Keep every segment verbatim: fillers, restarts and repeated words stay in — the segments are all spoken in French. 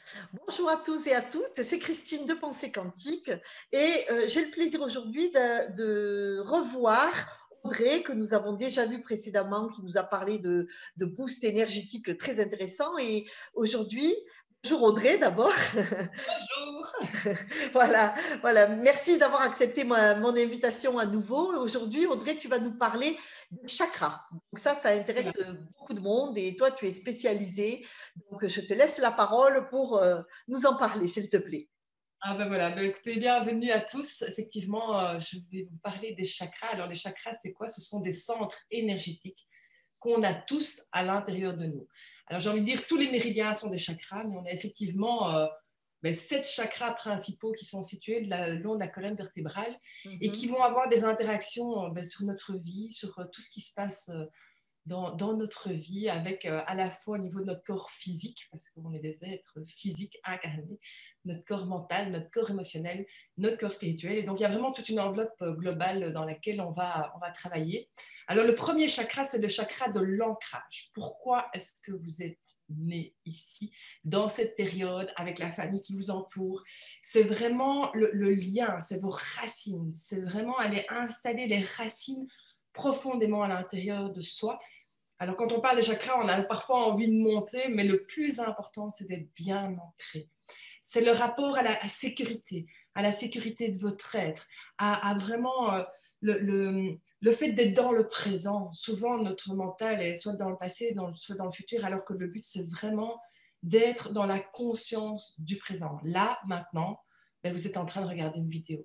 Bonjour à tous et à toutes, c'est Christine de Pensée Quantique et euh, j'ai le plaisir aujourd'hui de, de revoir Audrey que nous avons déjà vu précédemment, qui nous a parlé de, de boost énergétique très intéressant. Et aujourd'hui, bonjour Audrey d'abord. Bonjour. Voilà, voilà. Merci d'avoir accepté ma, mon invitation à nouveau. Aujourd'hui, Audrey, tu vas nous parler de chakras. Donc ça, ça intéresse beaucoup de monde et toi, tu es spécialisée. Donc, je te laisse la parole pour euh, nous en parler, s'il te plaît. Ah ben voilà, ben écoutez, bienvenue à tous. Effectivement, euh, je vais vous parler des chakras. Alors les chakras, c'est quoi? Ce sont des centres énergétiques qu'on a tous à l'intérieur de nous. Alors j'ai envie de dire, tous les méridiens sont des chakras, mais on a effectivement euh, ben, sept chakras principaux qui sont situés le long de la colonne vertébrale Mm et qui -hmm. vont avoir des interactions ben, sur notre vie, sur euh, tout ce qui se passe euh, dans, dans notre vie, avec euh, à la fois au niveau de notre corps physique, parce qu'on est des êtres physiques incarnés, notre corps mental, notre corps émotionnel, notre corps spirituel. Et donc, il y a vraiment toute une enveloppe globale dans laquelle on va, on va travailler. Alors, le premier chakra, c'est le chakra de l'ancrage. Pourquoi est-ce que vous êtes né ici, dans cette période, avec la famille qui vous entoure? C'est vraiment le, le lien, c'est vos racines. C'est vraiment aller installer les racines profondément à l'intérieur de soi. Alors, quand on parle des chakras, on a parfois envie de monter, mais le plus important, c'est d'être bien ancré. C'est le rapport à la à sécurité, à la sécurité de votre être, à, à vraiment euh, le, le, le fait d'être dans le présent. Souvent, notre mental est soit dans le passé, dans, soit dans le futur, alors que le but, c'est vraiment d'être dans la conscience du présent. Là, maintenant, ben, vous êtes en train de regarder une vidéo.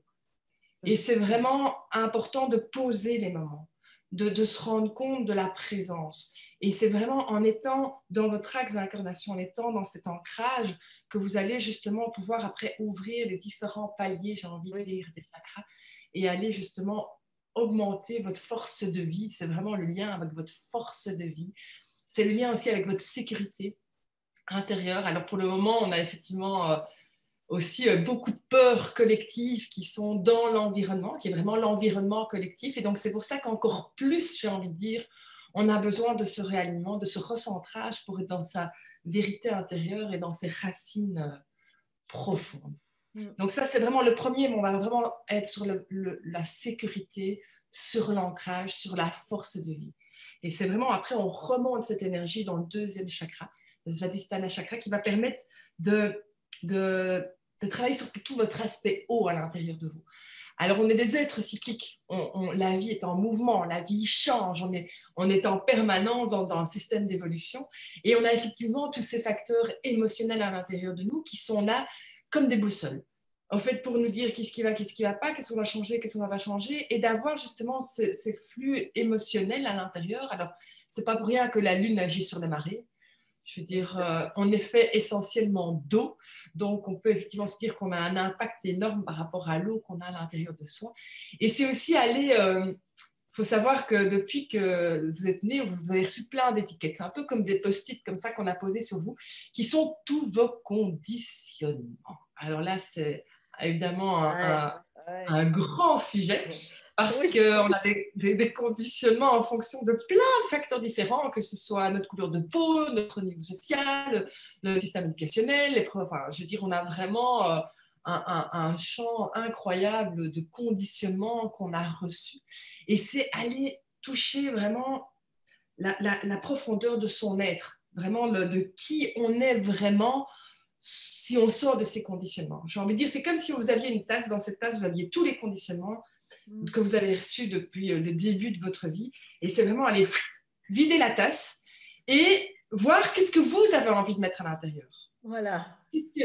Et c'est vraiment important de poser les moments, de, de se rendre compte de la présence. Et c'est vraiment en étant dans votre axe d'incarnation, en étant dans cet ancrage, que vous allez justement pouvoir après ouvrir les différents paliers, j'ai envie de Oui. dire, des chakras, et aller justement augmenter votre force de vie. C'est vraiment le lien avec votre force de vie. C'est le lien aussi avec votre sécurité intérieure. Alors pour le moment, on a effectivement... Euh, aussi euh, beaucoup de peurs collectives qui sont dans l'environnement, qui est vraiment l'environnement collectif. Et donc, c'est pour ça qu'encore plus, j'ai envie de dire, on a besoin de ce réalignement, de ce recentrage pour être dans sa vérité intérieure et dans ses racines euh, profondes. Mm. Donc ça, c'est vraiment le premier, on va vraiment être sur le, le, la sécurité, sur l'ancrage, sur la force de vie. Et c'est vraiment, après, on remonte cette énergie dans le deuxième chakra, le Svadhisthana chakra, qui va permettre de, de, de travailler sur tout votre aspect haut à l'intérieur de vous. Alors, on est des êtres cycliques. On, on, la vie est en mouvement, la vie change. On est, on est en permanence dans, dans un système d'évolution. Et on a effectivement tous ces facteurs émotionnels à l'intérieur de nous qui sont là comme des boussoles. En fait, pour nous dire qu'est-ce qui va, qu'est-ce qui ne va pas, qu'est-ce qu'on va changer, qu'est-ce qu'on va pas changer, et d'avoir justement ces, ces flux émotionnels à l'intérieur. Alors, ce n'est pas pour rien que la Lune agit sur les marées. Je veux dire, euh, on est fait essentiellement d'eau, donc on peut effectivement se dire qu'on a un impact énorme par rapport à l'eau qu'on a à l'intérieur de soi. Et c'est aussi aller... Euh, il faut savoir que depuis que vous êtes né, vous avez reçu plein d'étiquettes, un peu comme des post-it comme ça qu'on a posés sur vous, qui sont tous vos conditionnements. Alors là, c'est évidemment un, Ouais, un, ouais. un grand sujet parce Oui. qu'on a des, des, des conditionnements en fonction de plein de facteurs différents, que ce soit notre couleur de peau, notre niveau social, le système éducationnel, les preuves, enfin, je veux dire, on a vraiment... Euh, Un, un, un champ incroyable de conditionnement qu'on a reçu. Et c'est aller toucher vraiment la, la, la profondeur de son être, vraiment le, de qui on est vraiment si on sort de ces conditionnements. J'ai envie de dire, c'est comme si vous aviez une tasse, dans cette tasse, vous aviez tous les conditionnements que vous avez reçus depuis le début de votre vie. Et c'est vraiment aller vider la tasse et voir qu'est-ce que vous avez envie de mettre à l'intérieur. Voilà.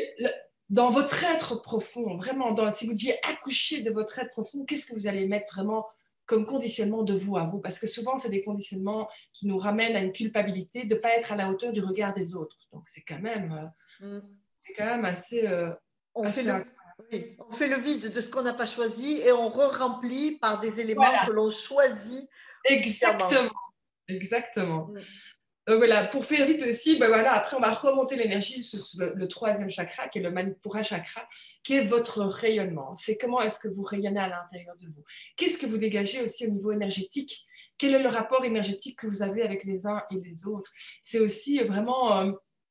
Dans votre être profond, vraiment, dans, si vous deviez accoucher de votre être profond, qu'est-ce que vous allez mettre vraiment comme conditionnement de vous à vous? Parce que souvent, c'est des conditionnements qui nous ramènent à une culpabilité de ne pas être à la hauteur du regard des autres. Donc, c'est quand même, euh, Mm. c'est quand même assez... Euh, on, assez fait le, oui, on fait le vide de ce qu'on n'a pas choisi et on re-remplit par des éléments voilà. que l'on choisit consciemment. Exactement. Exactement. Mm. Donc voilà, pour faire vite aussi, ben voilà, après on va remonter l'énergie sur le, le troisième chakra, qui est le Manipura chakra, qui est votre rayonnement. C'est comment est-ce que vous rayonnez à l'intérieur de vous. Qu'est-ce que vous dégagez aussi au niveau énergétique? Quel est le rapport énergétique que vous avez avec les uns et les autres? C'est aussi vraiment euh,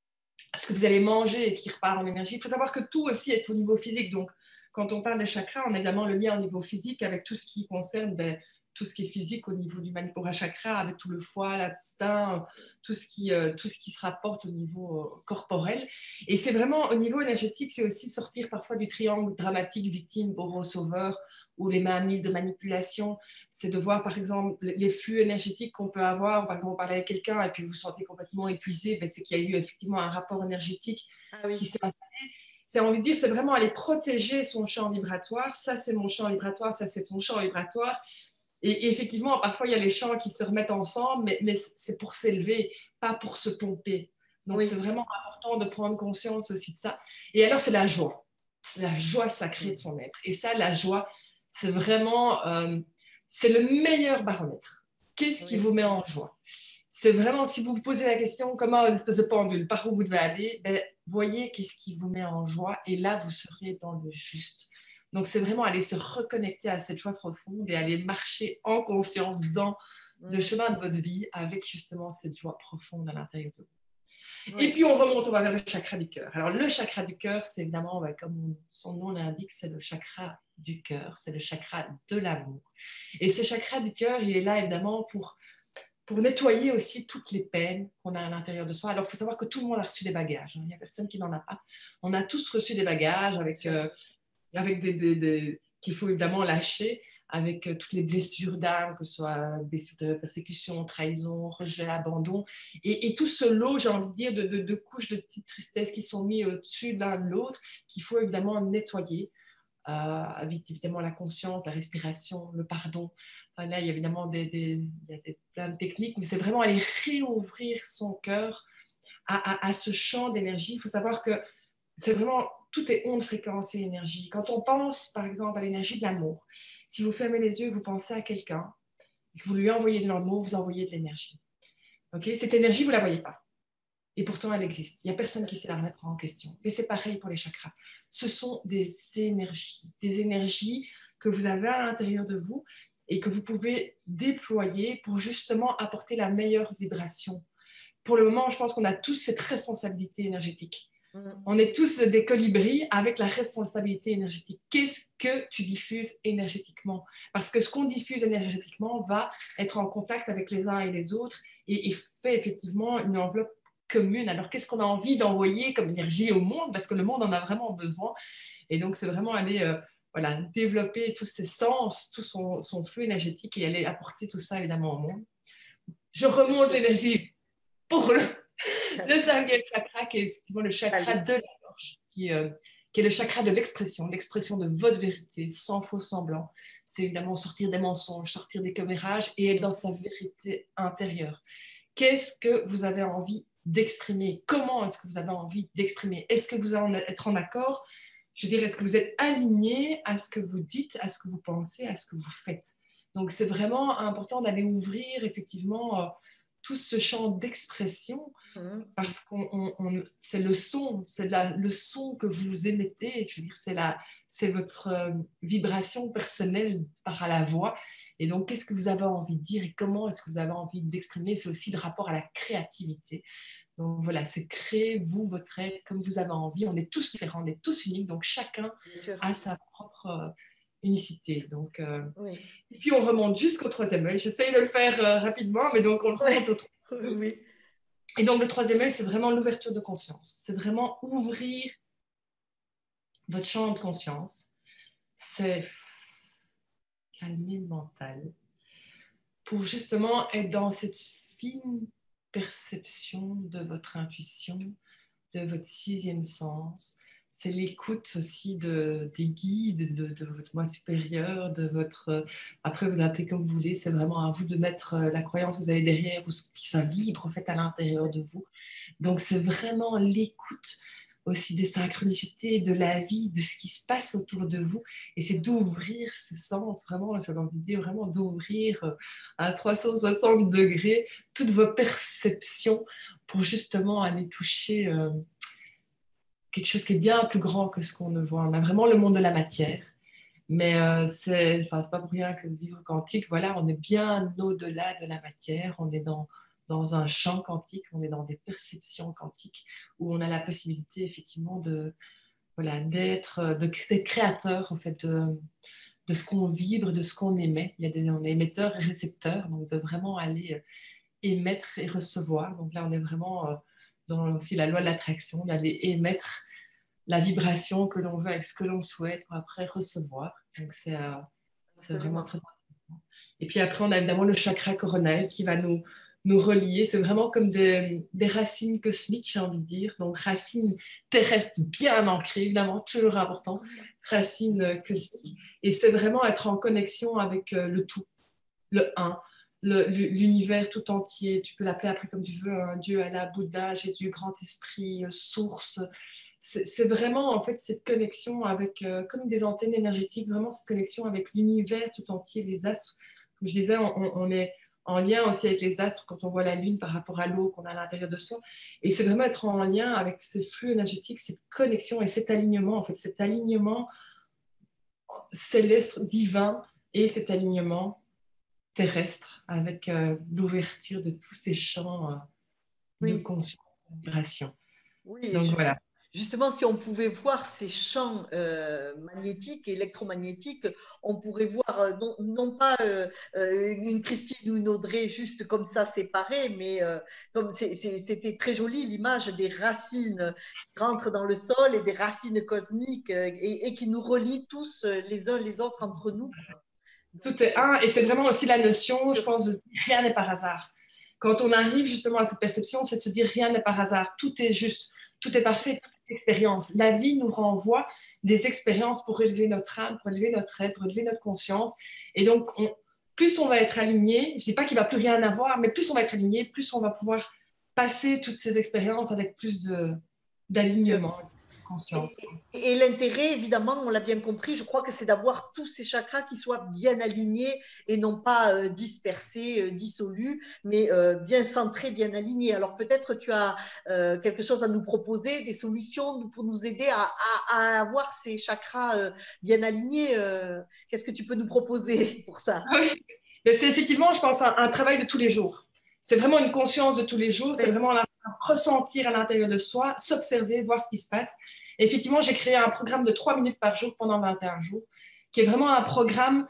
ce que vous allez manger et qui repart en énergie. Il faut savoir que tout aussi est au niveau physique. Donc, quand on parle des chakras, on a évidemment le lien au niveau physique avec tout ce qui concerne ben, tout ce qui est physique au niveau du Manipura chakra, avec tout le foie, l'intestin, tout ce qui, euh, tout ce qui se rapporte au niveau euh, corporel. Et c'est vraiment au niveau énergétique, c'est aussi sortir parfois du triangle dramatique victime, bourreau, sauveur, ou les mainmises de manipulation. C'est de voir par exemple les flux énergétiques qu'on peut avoir. Par exemple, on parle avec quelqu'un et puis vous vous sentez complètement épuisé, ben, c'est qu'il y a eu effectivement un rapport énergétique Ah oui. qui s'est installé. C'est envie de dire, c'est vraiment aller protéger son champ vibratoire. Ça, c'est mon champ vibratoire, ça, c'est ton champ vibratoire. Et, et effectivement, parfois, il y a les champs qui se remettent ensemble, mais, mais c'est pour s'élever, pas pour se pomper. Donc, Oui. c'est vraiment important de prendre conscience aussi de ça. Et alors, c'est la joie. C'est la joie sacrée de son être. Et ça, la joie, c'est vraiment, euh, c'est le meilleur baromètre. Qu'est-ce qui Oui. vous met en joie? C'est vraiment, si vous vous posez la question, comment une espèce de pendule, par où vous devez aller, ben, voyez qu'est-ce qui vous met en joie et là, vous serez dans le juste. Donc, c'est vraiment aller se reconnecter à cette joie profonde et aller marcher en conscience dans Mm. le chemin de votre vie avec justement cette joie profonde à l'intérieur de vous. Oui. Et puis, on remonte, on va vers le chakra du cœur. Alors, le chakra du cœur, c'est évidemment, ben, comme son nom l'indique, c'est le chakra du cœur, c'est le chakra de l'amour. Et ce chakra du cœur, il est là évidemment pour pour nettoyer aussi toutes les peines qu'on a à l'intérieur de soi. Alors, il faut savoir que tout le monde a reçu des bagages. Il n'y a personne qui n'en a pas. On a tous reçu des bagages avec, euh, avec des, des, des, qu'il faut évidemment lâcher, avec euh, toutes les blessures d'âme, que ce soit blessures de persécution, trahison, rejet, abandon. Et, et tout ce lot, j'ai envie de dire, de, de, de couches de petites tristesses qui sont mises au-dessus l'un de l'autre, qu'il faut évidemment nettoyer. Euh, avec évidemment la conscience, la respiration, le pardon. Enfin, là, il y a évidemment des, des, il y a des, plein de techniques, mais c'est vraiment aller réouvrir son cœur à, à, à ce champ d'énergie. Il faut savoir que c'est vraiment, tout est onde, fréquence et énergie. Quand on pense, par exemple, à l'énergie de l'amour, si vous fermez les yeux et que vous pensez à quelqu'un, que vous lui envoyez de l'amour, vous envoyez de l'énergie. Okay? Cette énergie, vous ne la voyez pas. Et pourtant, elle existe. Il n'y a personne qui sait la remettre en question. Et c'est pareil pour les chakras. Ce sont des énergies, des énergies que vous avez à l'intérieur de vous et que vous pouvez déployer pour justement apporter la meilleure vibration. Pour le moment, je pense qu'on a tous cette responsabilité énergétique. On est tous des colibris avec la responsabilité énergétique. Qu'est-ce que tu diffuses énergétiquement? Parce que ce qu'on diffuse énergétiquement va être en contact avec les uns et les autres et, et fait effectivement une enveloppe commune. Alors, qu'est-ce qu'on a envie d'envoyer comme énergie au monde? Parce que le monde en a vraiment besoin. Et donc, c'est vraiment aller euh, voilà, développer tous ses sens, tout son, son flux énergétique et aller apporter tout ça, évidemment, au monde. Je remonte l'énergie pour le, le cinquième chakra, qui est effectivement le chakra de la gorge, qui, euh, qui est le chakra de l'expression, l'expression de votre vérité, sans faux semblant. C'est évidemment sortir des mensonges, sortir des commérages et être dans sa vérité intérieure. Qu'est-ce que vous avez envie d'exprimer? Comment est-ce que vous avez envie d'exprimer? Est-ce que vous allez être en accord? Je veux dire, est-ce que vous êtes aligné à ce que vous dites, à ce que vous pensez, à ce que vous faites? Donc, c'est vraiment important d'aller ouvrir effectivement euh, tout ce champ d'expression parce que c'est le son, c'est la, le son que vous émettez. Je veux dire, c'est, la, c'est votre euh, vibration personnelle par à la voix. Et donc, qu'est-ce que vous avez envie de dire et comment est-ce que vous avez envie d'exprimer? C'est aussi le rapport à la créativité. Donc voilà, c'est créer, vous, votre rêve, comme vous avez envie. On est tous différents, on est tous uniques, donc chacun a sa propre euh, unicité. Donc, euh... oui. Et puis, on remonte jusqu'au troisième œil. J'essaye de le faire euh, rapidement, mais donc on remonte oui. au troisième œil. Oui. Et donc, le troisième œil, c'est vraiment l'ouverture de conscience. C'est vraiment ouvrir votre champ de conscience. C'est calmer le mental pour justement être dans cette fine perception de votre intuition, de votre sixième sens. C'est l'écoute aussi de, des guides, de, de votre moi supérieur, de votre... Après, vous appelez comme vous voulez, c'est vraiment à vous de mettre la croyance que vous avez derrière ou ce qui ça vibre en fait à l'intérieur de vous. Donc, c'est vraiment l'écoute aussi des synchronicités, de la vie, de ce qui se passe autour de vous. Et c'est d'ouvrir ce sens, vraiment, sur l'idée, vraiment d'ouvrir à trois cent soixante degrés toutes vos perceptions pour justement aller toucher euh, quelque chose qui est bien plus grand que ce qu'on ne voit. On a vraiment le monde de la matière. Mais euh, c'est, enfin, c'est pas pour rien que le livre quantique, voilà, on est bien au-delà de la matière, on est dans dans un champ quantique, on est dans des perceptions quantiques où on a la possibilité effectivement de, voilà, d'être, de, d'être créateur en fait, de, de ce qu'on vibre, de ce qu'on émet. Il y a des, on est émetteur et récepteur, donc de vraiment aller émettre et recevoir. Donc là, on est vraiment euh, dans aussi la loi de l'attraction, d'aller émettre la vibration que l'on veut avec ce que l'on souhaite pour après recevoir. Donc c'est, euh, c'est vraiment très important. Et puis après, on a évidemment le chakra coronal qui va nous, nous relier. C'est vraiment comme des, des racines cosmiques, j'ai envie de dire. Donc racines terrestres bien ancrées, évidemment, toujours important. Racines cosmiques. Et c'est vraiment être en connexion avec euh, le tout, le un. Le, l'univers tout entier, tu peux l'appeler après comme tu veux, hein, Dieu, Allah, Bouddha, Jésus, grand esprit, euh, source. C'est, c'est vraiment en fait cette connexion avec, euh, comme des antennes énergétiques, vraiment cette connexion avec l'univers tout entier, les astres. Comme je disais, on, on est en lien aussi avec les astres quand on voit la lune par rapport à l'eau qu'on a à l'intérieur de soi. Et c'est vraiment être en lien avec ces flux énergétiques, cette connexion et cet alignement, en fait, cet alignement céleste, divin et cet alignement terrestre avec euh, l'ouverture de tous ces champs euh, de Oui. conscience et de vibration. Oui, donc je, voilà. Justement, si on pouvait voir ces champs euh, magnétiques, électromagnétiques, on pourrait voir euh, non, non pas euh, euh, une Christine ou une Audrey juste comme ça séparées, mais euh, comme c'est, c'est, c'était très joli l'image des racines qui rentrent dans le sol et des racines cosmiques euh, et, et qui nous relient tous euh, les uns les autres entre nous. Donc, Tout est un, et c'est vraiment aussi la notion, je sur, pense, de rien n'est par hasard. Quand on arrive justement à cette perception, c'est de se dire rien n'est par hasard, tout est juste, tout est parfait, toute expérience. La vie nous renvoie des expériences pour élever notre âme, pour élever notre être, pour élever notre conscience. Et donc, on, plus on va être aligné, je ne dis pas qu'il ne va plus rien avoir, mais plus on va être aligné, plus on va pouvoir passer toutes ces expériences avec plus de, d'alignement, de conscience. Et, et l'intérêt, évidemment, on l'a bien compris, je crois que c'est d'avoir tous ces chakras qui soient bien alignés et non pas euh, dispersés, euh, dissolus, mais euh, bien centrés, bien alignés. Alors peut-être tu as euh, quelque chose à nous proposer, des solutions pour nous aider à, à, à avoir ces chakras euh, bien alignés. Euh, qu'est-ce que tu peux nous proposer pour ça? Oui, mais c'est effectivement, je pense, un, un travail de tous les jours. C'est vraiment une conscience de tous les jours, c'est Oui. vraiment la, ressentir à l'intérieur de soi, s'observer, voir ce qui se passe. Et effectivement, j'ai créé un programme de trois minutes par jour pendant vingt et un jours, qui est vraiment un programme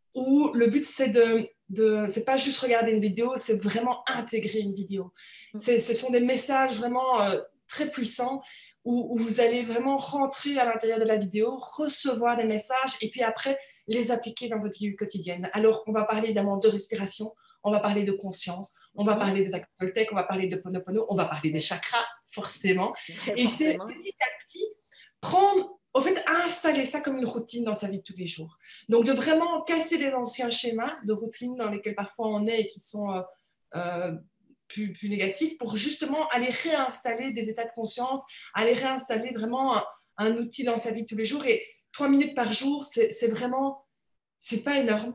où le but, c'est de, de c'est pas juste regarder une vidéo, c'est vraiment intégrer une vidéo. C'est, ce sont des messages vraiment euh, très puissants où, où vous allez vraiment rentrer à l'intérieur de la vidéo, recevoir des messages et puis après, les appliquer dans votre vie quotidienne. Alors, on va parler évidemment de respiration, on va parler de conscience, on va parler des actes Toltec, on va parler de Ponopono, on va parler des chakras, forcément. Ouais, et c'est forcément. petit à petit prendre, au fait, installer ça comme une routine dans sa vie de tous les jours. Donc, de vraiment casser les anciens schémas de routine dans lesquels parfois on est et qui sont euh, euh, plus, plus négatifs pour justement aller réinstaller des états de conscience, aller réinstaller vraiment un, un outil dans sa vie de tous les jours. Et trois minutes par jour, c'est, c'est vraiment, c'est pas énorme.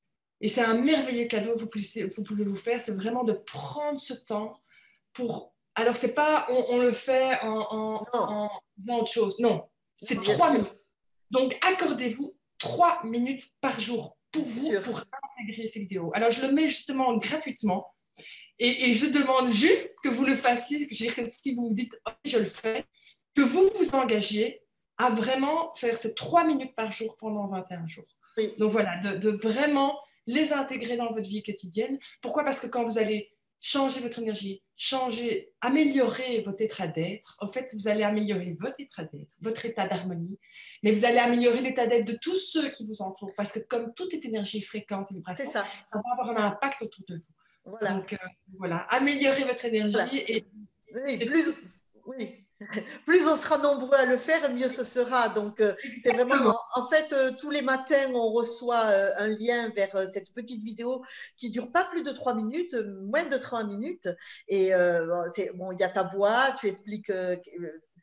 Et c'est un merveilleux cadeau que vous pouvez vous, pouvez vous faire, c'est vraiment de prendre ce temps pour... Alors, c'est pas, on, on le fait en, en, en faisant autre chose. Non, c'est trois minutes. Donc, accordez-vous trois minutes par jour pour vous, pour intégrer ces vidéos. Alors, je le mets justement gratuitement et, et je demande juste que vous le fassiez, que si vous vous dites, oh, je le fais, que vous vous engagiez à vraiment faire ces trois minutes par jour pendant vingt et un jours. Oui. Donc voilà, de, de vraiment les intégrer dans votre vie quotidienne. Pourquoi? Parce que quand vous allez changer votre énergie, changer, améliorer votre état d'être, en fait, vous allez améliorer votre état d'être, votre état d'harmonie, mais vous allez améliorer l'état d'être de tous ceux qui vous entourent, parce que comme tout est énergie, fréquence et vibration, ça. ça va avoir un impact autour de vous. Voilà. Donc, euh, voilà, améliorer votre énergie voilà. et... Oui, plus... Oui. Plus on sera nombreux à le faire, mieux ce sera. Donc, euh, c'est vraiment, en, en fait, euh, tous les matins, on reçoit euh, un lien vers euh, cette petite vidéo qui dure pas plus de trois minutes, moins de trois minutes. Et euh, c'est, bon, il y a ta voix, tu expliques euh,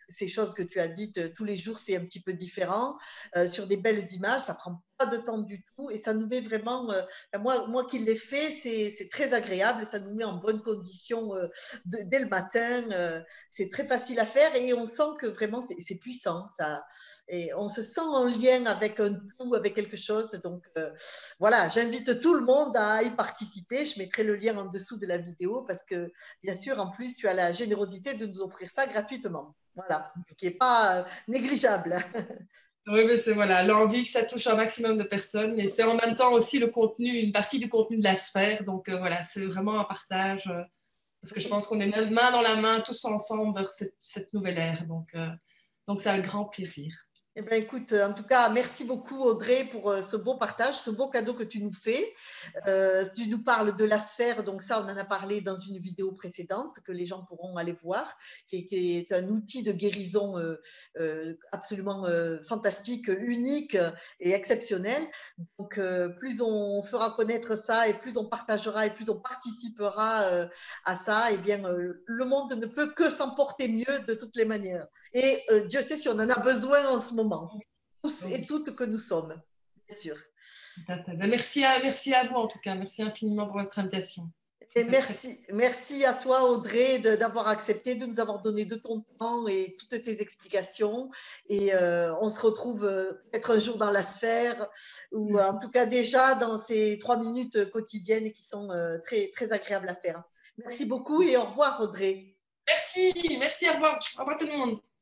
ces choses que tu as dites tous les jours, c'est un petit peu différent. Euh, sur des belles images, ça prend pas de temps du tout et ça nous met vraiment, euh, moi, moi qui l'ai fait, c'est très agréable, ça nous met en bonne condition euh, de, dès le matin, euh, c'est très facile à faire et on sent que vraiment c'est puissant, ça, et on se sent en lien avec un tout, avec quelque chose, donc euh, voilà, j'invite tout le monde à y participer, je mettrai le lien en dessous de la vidéo parce que bien sûr, en plus, tu as la générosité de nous offrir ça gratuitement, voilà, ce qui n'est pas euh, négligeable. Oui, mais c'est voilà, l'envie que ça touche un maximum de personnes et c'est en même temps aussi le contenu, une partie du contenu de la sphère. Donc euh, voilà, c'est vraiment un partage euh, parce que je pense qu'on est même main dans la main tous ensemble vers cette, cette nouvelle ère. Donc euh, donc c'est un grand plaisir. Eh bien, écoute, en tout cas, merci beaucoup Audrey pour ce beau partage, ce beau cadeau que tu nous fais. Euh, tu nous parles de la sphère, donc ça, on en a parlé dans une vidéo précédente que les gens pourront aller voir, qui est, qui est un outil de guérison euh, euh, absolument euh, fantastique, unique et exceptionnel. Donc, euh, plus on fera connaître ça et plus on partagera et plus on participera euh, à ça, eh bien, euh, le monde ne peut que s'emporter mieux de toutes les manières. Et euh, Dieu sait si on en a besoin en ce moment, tous et toutes que nous sommes, bien sûr. Merci à, merci à vous en tout cas, merci infiniment pour votre invitation. Et merci, merci à toi Audrey d'avoir accepté, de nous avoir donné de ton temps et toutes tes explications. Et euh, on se retrouve euh, peut-être un jour dans la sphère ou en tout cas déjà dans ces trois minutes quotidiennes qui sont euh, très, très agréables à faire. Merci beaucoup et au revoir Audrey. Merci, merci, au revoir. Au revoir tout le monde.